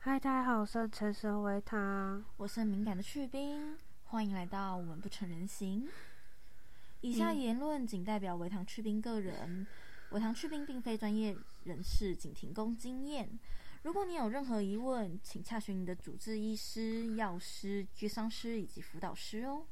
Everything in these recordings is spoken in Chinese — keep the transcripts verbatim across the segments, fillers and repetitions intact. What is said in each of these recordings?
嗨，大家好，我是陈神维他。 我是敏感的去冰，欢迎来到我们不成人形。以下言论仅代表维糖去冰个人，维糖去冰并非专业人士，仅提供经验。如果你有任何疑问，请洽询你的主治医师、药师、居丧师以及辅导师哦。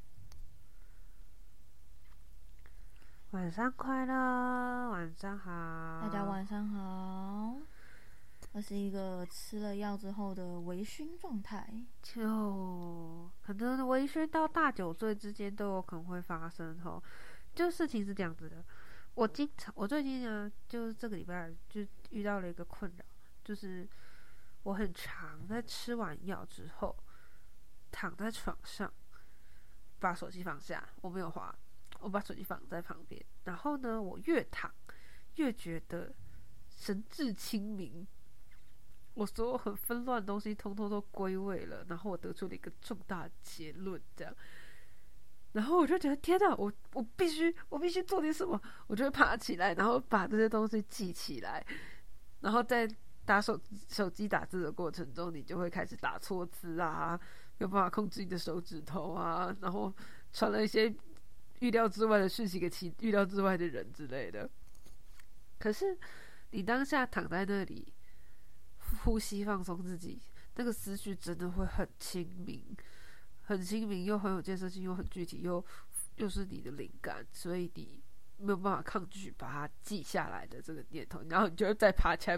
晚上快乐，晚上好， 大家晚上好。这是一个吃了药之后的微醺状态， 就可能微醺到大酒醉之间都有可能会发生吼。就事情是这样子的，我经常我最近呢，就是这个礼拜就遇到了一个困扰，就是我很常在吃完药之后，躺在床上，把手机放下，我没有滑，我把手机放在旁边，然后呢，我越躺越觉得神志清明。我所有很纷乱的东西通通都归位了，然后我得出了一个重大的结论，这样，然后我就觉得天哪，我我必须我必须做点什么，我就会爬起来，然后把这些东西记起来，然后在打手手机打字的过程中，你就会开始打错字啊，没有办法控制你的手指头啊，然后传了一些预料之外的讯息给其预料之外的人之类的。可是你当下躺在那里。呼吸放松自己，那个思绪真的会很清明，很清明又很有建设性，又很具体，又又是你的灵感，所以你没有办法抗拒把它记下来的这个念头，然后你就再爬起来，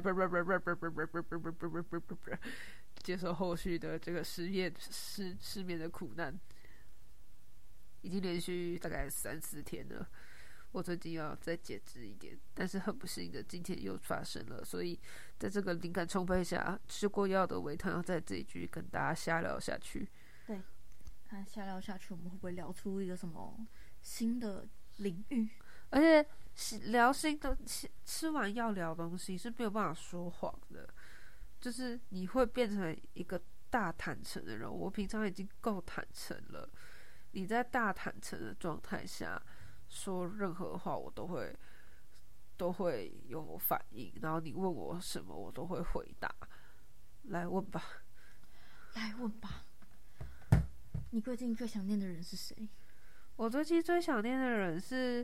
接受后续的这个失业失失眠的苦难，已经连续大概三四天了。我最近要再节制一点，但是很不幸的，今天又发生了。所以在这个灵感充沛下，吃过药的维糖要在这一句跟大家瞎聊下去。 对，看瞎聊下去，我们会不会聊出一个什么新的领域？ 而且聊新的吃完药聊东西是没有办法说谎的，就是你会变成一个大坦诚的人。我平常已经够坦诚了，你在大坦诚的状态下。说任何话我都会都会有反应，然后你问我什么我都会回答。来问吧， 来问吧。你最近最想念的人是谁？ 我最近最想念的人是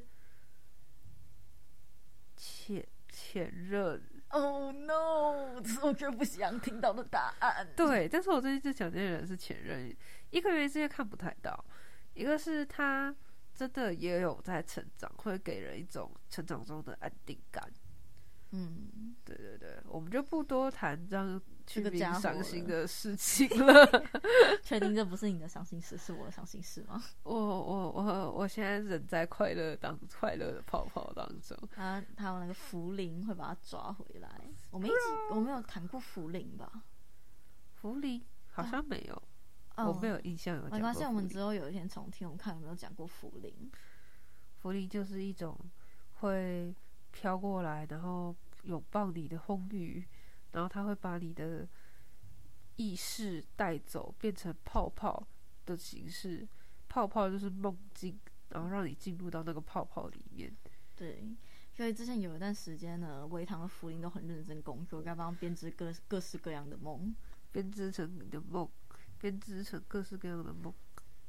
前前任。 Oh no！ 这是我绝不想听到的答案。 对，但是我最近最想念的人是前任，一个原因是因为看不太到，一个是他。真的也有在成长，会给人一种成长中的安定感。 嗯， 对对对，我们就不多谈这样去冰伤心的事情了。确定这不是你的伤心事，是我的伤心事吗？ 我我我我现在人在快乐当快乐的泡泡当中。 他他有那个茯苓会把他抓回来。我们一起我们有谈过茯苓吧？ 茯苓好像没有。 哦、 我没有印象有讲过。 没关系，我们之后有一天重听，我们看有没有讲过茯苓。 茯苓就是一种会飘过来，然后拥抱你的风雨，然后它会把你的意识带走，变成泡泡的形式。泡泡就是梦境，然后让你进入到那个泡泡里面。 对，所以之前有一段时间呢，维糖的茯苓都很认真工作，该帮编织各各式各样的梦， 编织成你的梦。编织成各式各样的梦，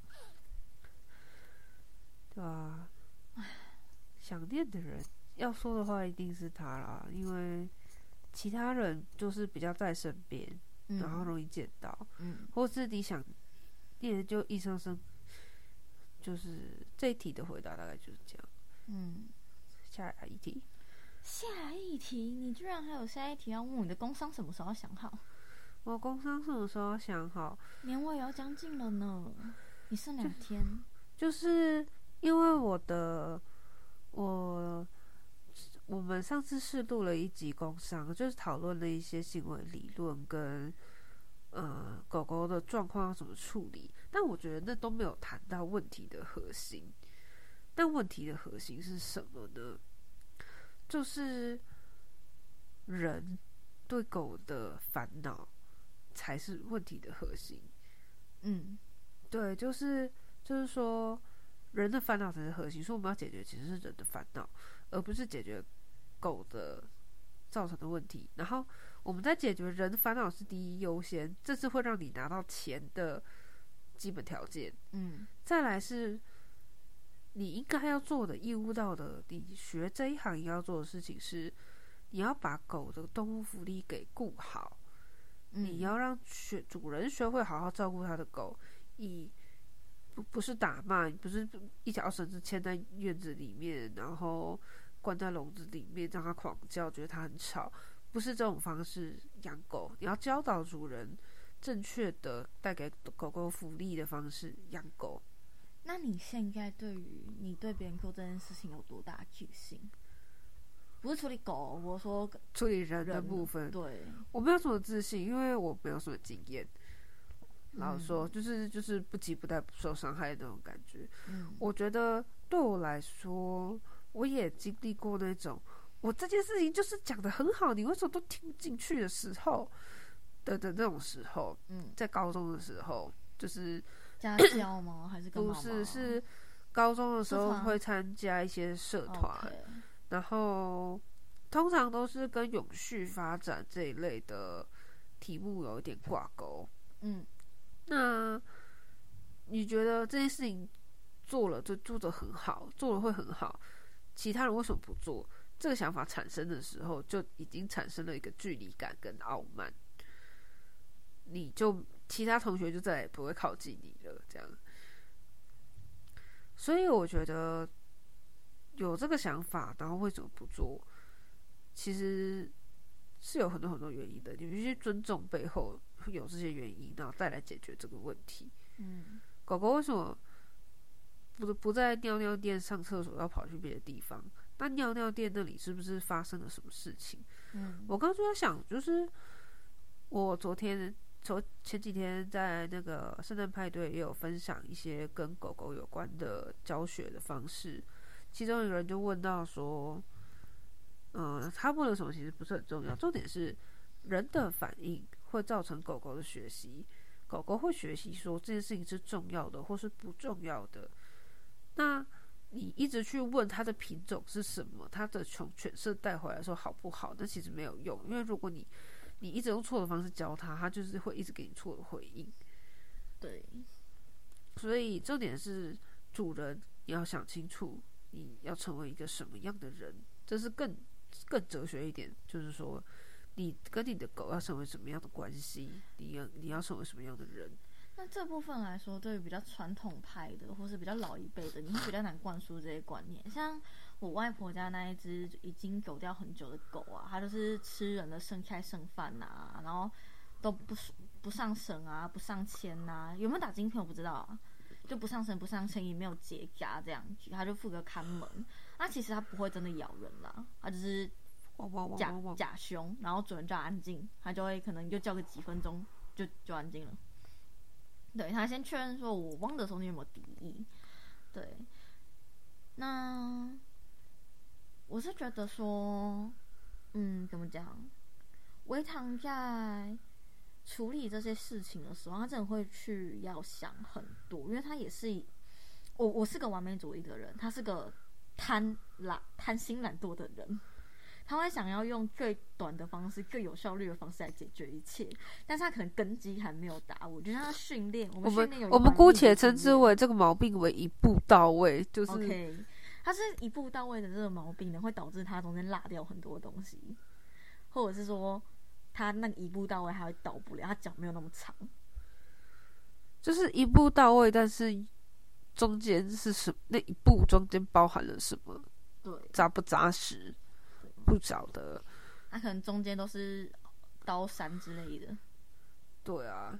对啊，想念的人要说的话一定是他啦，因为其他人就是比较在身边、嗯，然后容易见到，嗯，或是你想念就一声声，就是这一题的回答大概就是这样，嗯，下来一题， 下一题，你居然还有下一题要问我，你的工商什么时候要想好？ 我工商什么时候想好？ 年尾也要将近了呢，你剩两天。 就, 就是因为我的我我们上次试录了一集工商，就是讨论了一些行为理论跟呃狗狗的状况要怎么处理，但我觉得那都没有谈到问题的核心。但问题的核心是什么呢？就是人对狗的烦恼。才是问题的核心。嗯，对，就是就是说，人的烦恼才是核心，所以我们要解决其实是人的烦恼，而不是解决狗的造成的问题。然后我们在解决人的烦恼是第一优先，这是会让你拿到钱的基本条件。 嗯， 再来是你应该要做的义务到的，你学这一行要做的事情是，你要把狗的动物福利给顾好， 嗯你要让学主人学会好好照顾他的狗，以不不是打骂，不是一条绳子牵在院子里面，然后关在笼子里面让它狂叫，觉得它很吵，不是这种方式养狗。你要教导主人正确的带给狗狗福利的方式养狗。 那你现在对于你对别人做这件事情有多大的决心？不是处理狗，我说处理人的部分， 对， 我没有什么自信，因为我没有什么经验。老实说， 嗯、 就是就是不急不待不受伤害的那种感觉。 嗯， 我觉得对我来说，我也经历过那种我这件事情就是讲得很好，你为什么都听不进去的时候的的那种时候。 嗯， 在高中的时候，就是家教吗？还是干嘛吗？ 不是是高中的时候会参加一些社团， okay. 然后通常都是跟永续发展这一类的题目有一点挂钩。 嗯， 那你觉得这件事情做了就做得很好，做了会很好，其他人为什么不做？这个想法产生的时候，就已经产生了一个距离感跟傲慢，你就其他同学就再也不会靠近你了，这样。所以我觉得有这个想法，然后为什么不做？其实是有很多很多原因的，你必须尊重背后有这些原因，然后再来解决这个问题。 嗯， 狗狗为什么不不在尿尿垫上厕所，要跑去别的地方？那尿尿垫那里是不是发生了什么事情？ 嗯， 我刚刚就在想，就是我昨天从前几天在那个圣诞派对也有分享一些跟狗狗有关的教学的方式，其中有人就问到说，嗯、呃，他问了什么其实不是很重要，重点是人的反应会造成狗狗的学习，狗狗会学习说这件事情是重要的或是不重要的。那你一直去问它的品种是什么，它的从犬舍带回来的时候好不好，那其实没有用，因为如果你你一直用错的方式教它，它就是会一直给你错的回应。 对， 所以重点是主人你要想清楚，你要成为一个什么样的人，这是更更哲学一点，就是说你跟你的狗要成为什么样的关系，你要你要成为什么样的人。 那这部分来说，对于比较传统派的，或是比较老一辈的，你会比较难灌输这些观念。像我外婆家那一只已经走掉很久的狗啊，它就是吃人的剩菜剩饭啊，然后都不不上绳啊，不上牵啊，有没有打晶片我不知道啊，就不上绳不上牵，也没有结扎这样子，它就负责看门。那其实它不会真的咬人啦，它就是假假凶，然后主人叫它安静，它就会可能就叫个几分钟就就安静了。对，他先确认说我汪的时候你有没有敌意。对，那我是觉得说，嗯，怎么讲？维唐在处理这些事情的时候，他真的会去要想很多，因为他也是我，我是个完美主义的人，他是个贪懒、贪心懒惰的人。他会想要用最短的方式、最有效率的方式来解决一切，但是他可能根基还没有打稳，就是他训练，我们训练有我们姑且称之为这个毛病为一步到位，就是 OK， 他是一步到位的这个毛病呢，会导致他中间落掉很多东西，或者是说他那个一步到位还会倒不了，他脚没有那么长， 就是一步到位，但是中间是什么？那一步中间包含了什么？ 对， 扎不扎实？不晓得， 他可能中间都是刀山之类的。 对啊，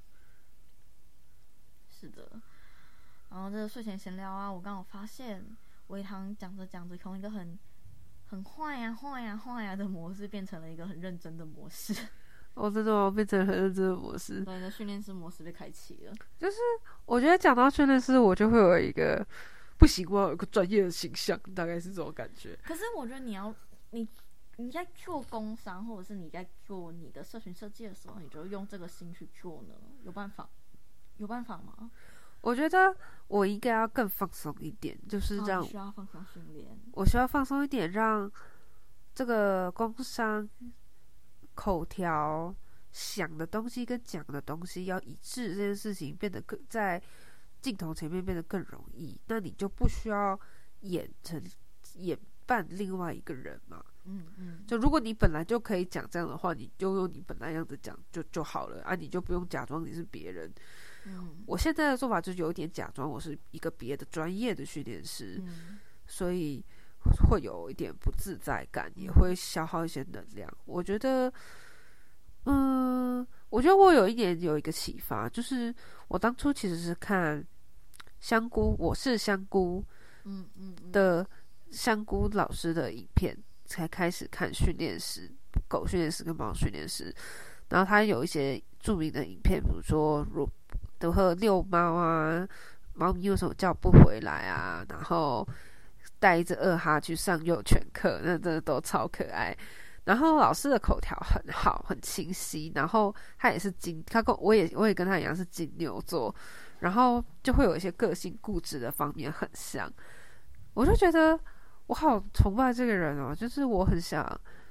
是的。然后这个睡前闲聊啊，我刚好发现维唐讲着讲着，从一个很很坏呀、坏呀、坏呀的模式，变成了一个很认真的模式。 哦，真的吗？变成很认真的模式。 对，那训练师模式被开启了。 就是我觉得讲到训练师，我就会有一个不行，我要有一个专业的形象，大概是这种感觉。 可是我觉得你要你。你在做工商，或者是你在做你的社群设计的时候，你就用这个心去做呢？有办法？有办法吗？ 我觉得我应该要更放松一点，就是让、 哦、需要放松训练。 我需要放松一点，让这个工商口条想的东西跟讲的东西要一致，这件事情变得更在镜头前面变得更容易，那你就不需要演成演扮另外一个人嘛。 嗯嗯， 就如果你本来就可以讲这样的话，你就用你本来样子讲就就好了啊，你就不用假装你是别人。 嗯， 我现在的做法就是有一点假装我是一个别的专业的训练师， 嗯， 所以会有一点不自在感，也会消耗一些能量。我觉得，嗯，我觉得我有一点有一个启发，就是我当初其实是看香菇，我是香菇嗯嗯的香菇老师的影片，才开始看训练师、狗训练师跟猫训练师。然后他有一些著名的影片，比如说如如何遛猫啊，猫咪为什么叫不回来啊，然后带一只二哈去上幼犬课，那真的都超可爱。然后老师的口条很好，很清晰，然后他也是金，他跟我也我也跟他一样是金牛座，然后就会有一些个性固执的方面很像。我就觉得我好崇拜这个人哦，就是我很想，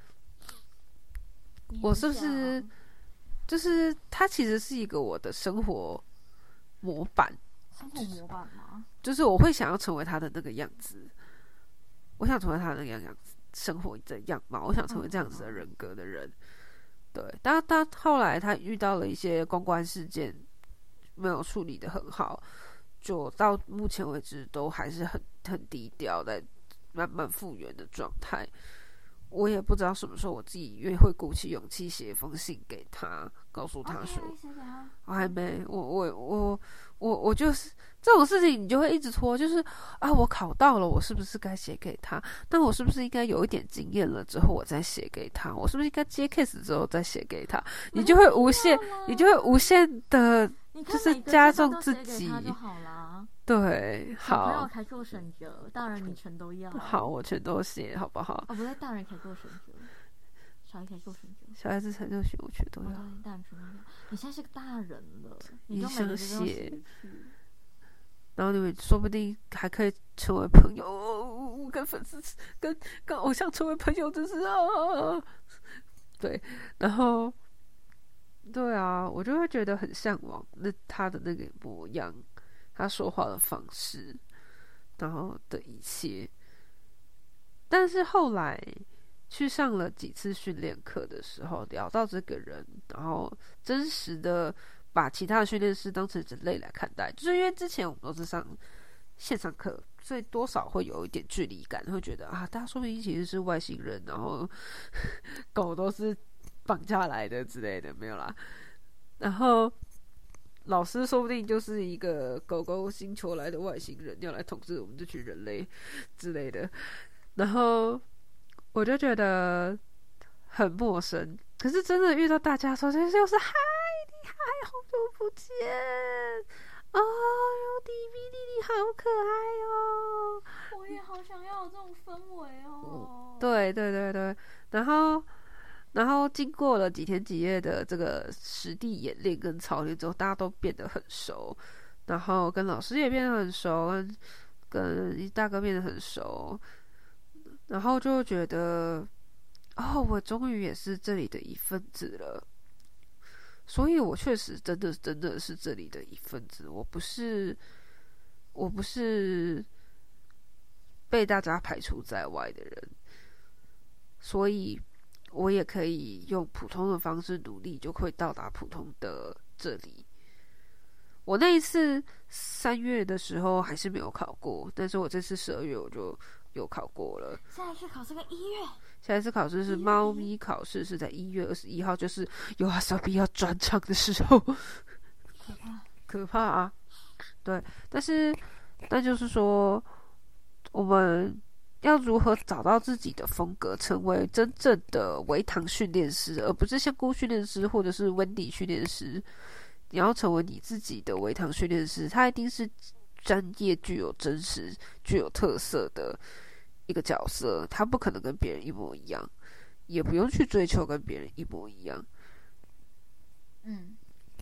我是不是就是他其实是一个我的生活模板， 生活模板吗？ 就是我会想要成为他的那个样子，我想成为他的那个样子，生活的样貌，我想成为这样子的人格的人。对，但他后来他遇到了一些公关事件，没有处理得很好，就到目前为止都还是很很低调，在慢慢复原的状态。我也不知道什么时候我自己也会鼓起勇气写一封信给他，告诉他说， 哦、 我还没，我我我我我就是这种事情，你就会一直拖，就是啊，我考到了，我是不是该写给他？那我是不是应该有一点经验了之后，我再写给他？我是不是应该接 case 之后再写给他？你就会无限，你就会无限的，就是加重自己。 就好啦。 对，好。 小朋友开拓选择，大人你全都要。 好，我全都写，好不好？ 哦，不对，大人开拓选择，小孩开拓选择， 小孩子才就选，我全都要。 哦、大人全都要。你现在是个大人了， 你就想写， 然后你们说不定还可以成为朋友。哦、跟粉丝、跟跟偶像成为朋友，真是啊！对，然后对啊，我就会觉得很向往那他的那个模样。他说话的方式，然后的一切，但是后来去上了几次训练课的时候，聊到这个人，然后真实的把其他的训练师当成人类来看待，就是因为之前我们都是上线上课，所以多少会有一点距离感，会觉得啊，大家说不定其实是外星人，然后狗都是绑架来的之类的，没有啦，然后。老师说不定就是一个狗狗星球来的外星人，要来统治我们这群人类之类的。然后我就觉得很陌生，可是真的遇到大家的时候，就是嗨，你嗨，好久不见，哦哟，弟弟弟弟好可爱哦， 我也好想要有这种氛围哦。 对对对对，然后。然后经过了几天几夜的这个实地演练跟操练之后，大家都变得很熟，然后跟老师也变得很熟，跟跟一大哥变得很熟，然后就觉得，哦，我终于也是这里的一份子了。所以我确实真的真的是这里的一份子，我不是我不是被大家排除在外的人，所以。我也可以用普通的方式努力，就会到达普通的这里。我那一次三月的时候还是没有考过，但是我这次十二月我就有考过了。 下一次考试跟一月， 下一次考试是猫咪考试，是在一月二十一号，就是有阿萨比要转场的时候。 可怕， 可怕啊！对，但是那就是说，我们。要如何找到自己的风格，成为真正的微糖训练师，而不是香菇训练师或者是温迪训练师。你要成为你自己的微糖训练师，他一定是专业、具有真实、具有特色的一个角色，他不可能跟别人一模一样，也不用去追求跟别人一模一样。 嗯，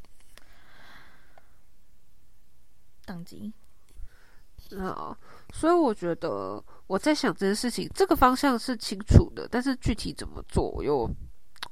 当机。 啊，所以我觉得我在想这件事情，这个方向是清楚的，但是具体怎么做，我又不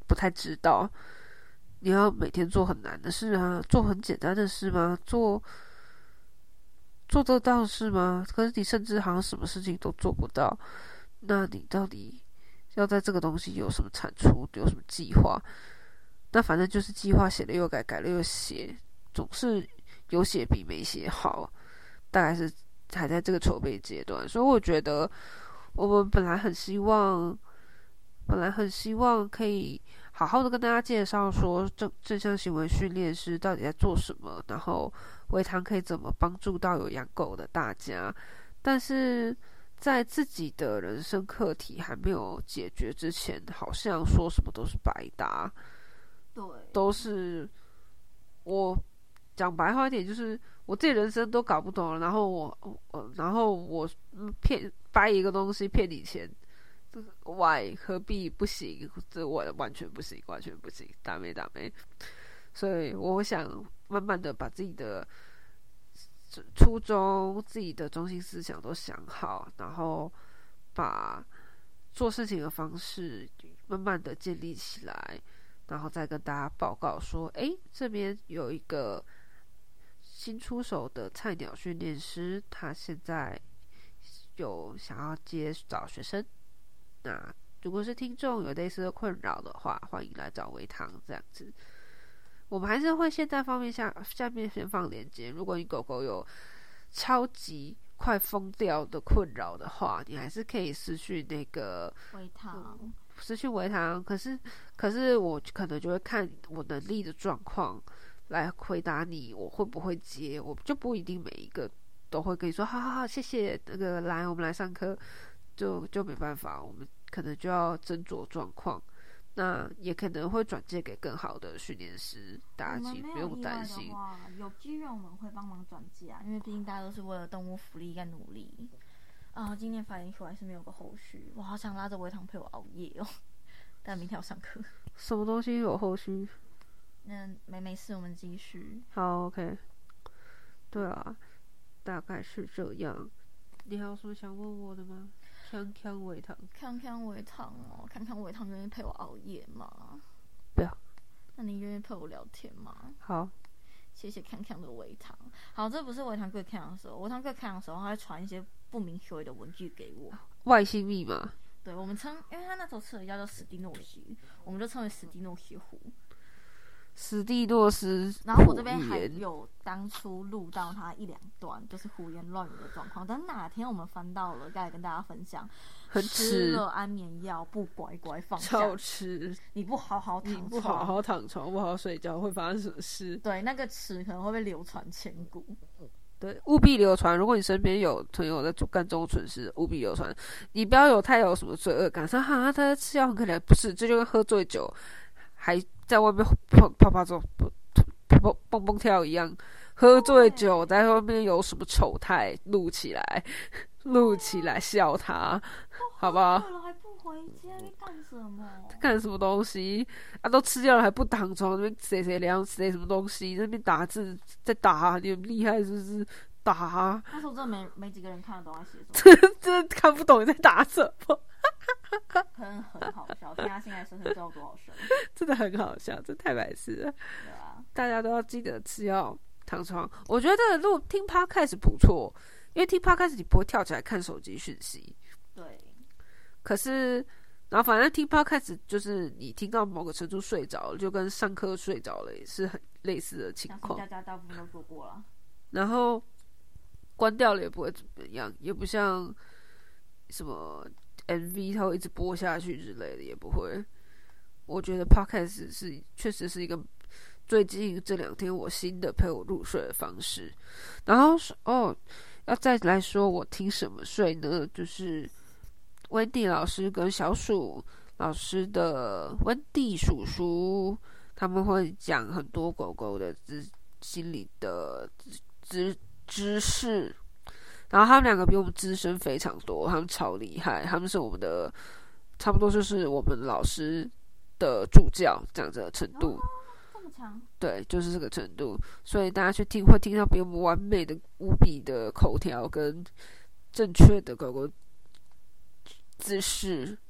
不太知道。你要每天做很难的事啊，做很简单的事吗？做做得到的事吗？可是你甚至好像什么事情都做不到，那你到底要在这个东西有什么产出，有什么计划？那反正就是计划写了又改，改了又写，总是有写比没写好，大概是还在这个筹备阶段。所以我觉得我们本来很希望本来很希望可以好好的跟大家介绍说正正向行为训练师到底在做什么，然后微糖可以怎么帮助到有养狗的大家。但是在自己的人生课题还没有解决之前，好像说什么都是白搭。 对， 都是我讲白话一点，就是我自己人生都搞不懂了，然后我，呃、然后我骗掰一个东西骗你钱，这个 why 何必不行？这我完全不行，完全不行，打没打没。所以我想慢慢的把自己的初衷、自己的中心思想都想好，然后把做事情的方式慢慢的建立起来。然后再跟大家报告说，诶，这边有一个新出手的菜鸟训练师，他现在有想要接找学生。那如果是听众有类似的困扰的话，欢迎来找微糖这样子。我们还是会先在方面下下面先放链接。如果你狗狗有超级快疯掉的困扰的话，你还是可以私讯那个微糖。 嗯失去维糖，可是可是我可能就会看我能力的状况来回答你，我会不会接，我就不一定每一个都会跟你说，好好好，谢谢，那个来我们来上课，就就没办法，我们可能就要斟酌状况，那也可能会转介给更好的训练师，大家其实不用担心。 有机缘我们会帮忙转介啊，因为毕竟大家都是为了动物福利在努力。啊，今天发言出来是没有个后续，我好想拉着微糖陪我熬夜哦，但明天要上课。 什么东西有后续？ 那没没事，我们继续。 好 ，OK。对啊，大概是这样。你还有什么想问我的吗？康康微糖， 康康微糖哦，康康微糖愿意陪我熬夜吗？ 不要。 那你愿意陪我聊天吗？ 好。 谢谢康康的微糖。好，这不是微糖哥看的时候，微糖哥看的时候，他会传一些不明所以的文具给我。 外星密码。 对，我们称，因为他那时候吃了一家叫史蒂诺西，我们就称为史蒂诺西湖。 史蒂诺斯， 然后我这边还有当初录到他一两段就是胡言乱语的状况，但哪天我们翻到了，该来跟大家分享。 很吃了安眠药不乖乖放下， 超吃！ 你不好好躺床， 你不好好躺床，不好好睡觉，会发生什么事？ 对，那个词可能会被流传千古。 对，务必流传。如果你身边有朋友在做干这种蠢事，务必流传。你不要有太有什么罪恶感，说哈他吃药很可怜，不是，这就跟喝醉酒还在外面泡泡泡走蹦蹦蹦跳一样。喝醉酒在外面有什么丑态，录起来，录起来笑他，好不好？ 还不回家，你干什么？ 干什么东西啊？都吃掉了还不躺床，那边谁谁凉谁什么东西？那边打字在打，你很厉害是不是？打。 那时候真的没没几个人看得懂他写什么，真的看不懂你在打什么。 可能很好笑，听他现在声声知道多好笑， 真的很好笑，这太白痴了。 对啊， 大家都要记得吃药躺床。我觉得录听 podcast 不错，因为听 podcast 你不会跳起来看手机讯息。 对。 可是，然后反正听 podcast 就是你听到某个程度睡着了，就跟上课睡着了也是很类似的情况。 大家大部分都做过了。 然后关掉了也不会怎么样，也不像什么 M V 它会一直播下去之类的，也不会。我觉得 podcast 是确实是一个最近这两天我新的陪我入睡的方式。然后哦，要再来说我听什么睡呢？就是温蒂老师跟小鼠老师的温蒂叔叔，他们会讲很多狗狗的知心理的知知识。然后他们两个比我们资深非常多，他们超厉害，他们是我们的差不多就是我们老师的助教这样子的程度。 哦，这么强？ 对，就是这个程度。所以大家去听会听到比我们完美的无比的口条跟正确的狗狗姿势、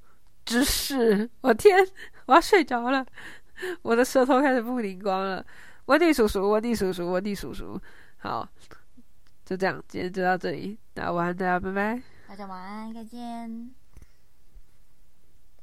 知识。我天，我要睡着了，我的舌头开始不灵光了。温蒂叔叔，温蒂叔叔，温蒂叔叔，好，就这样，今天就到这里，大家晚安，大家拜拜。 大家晚安，再见。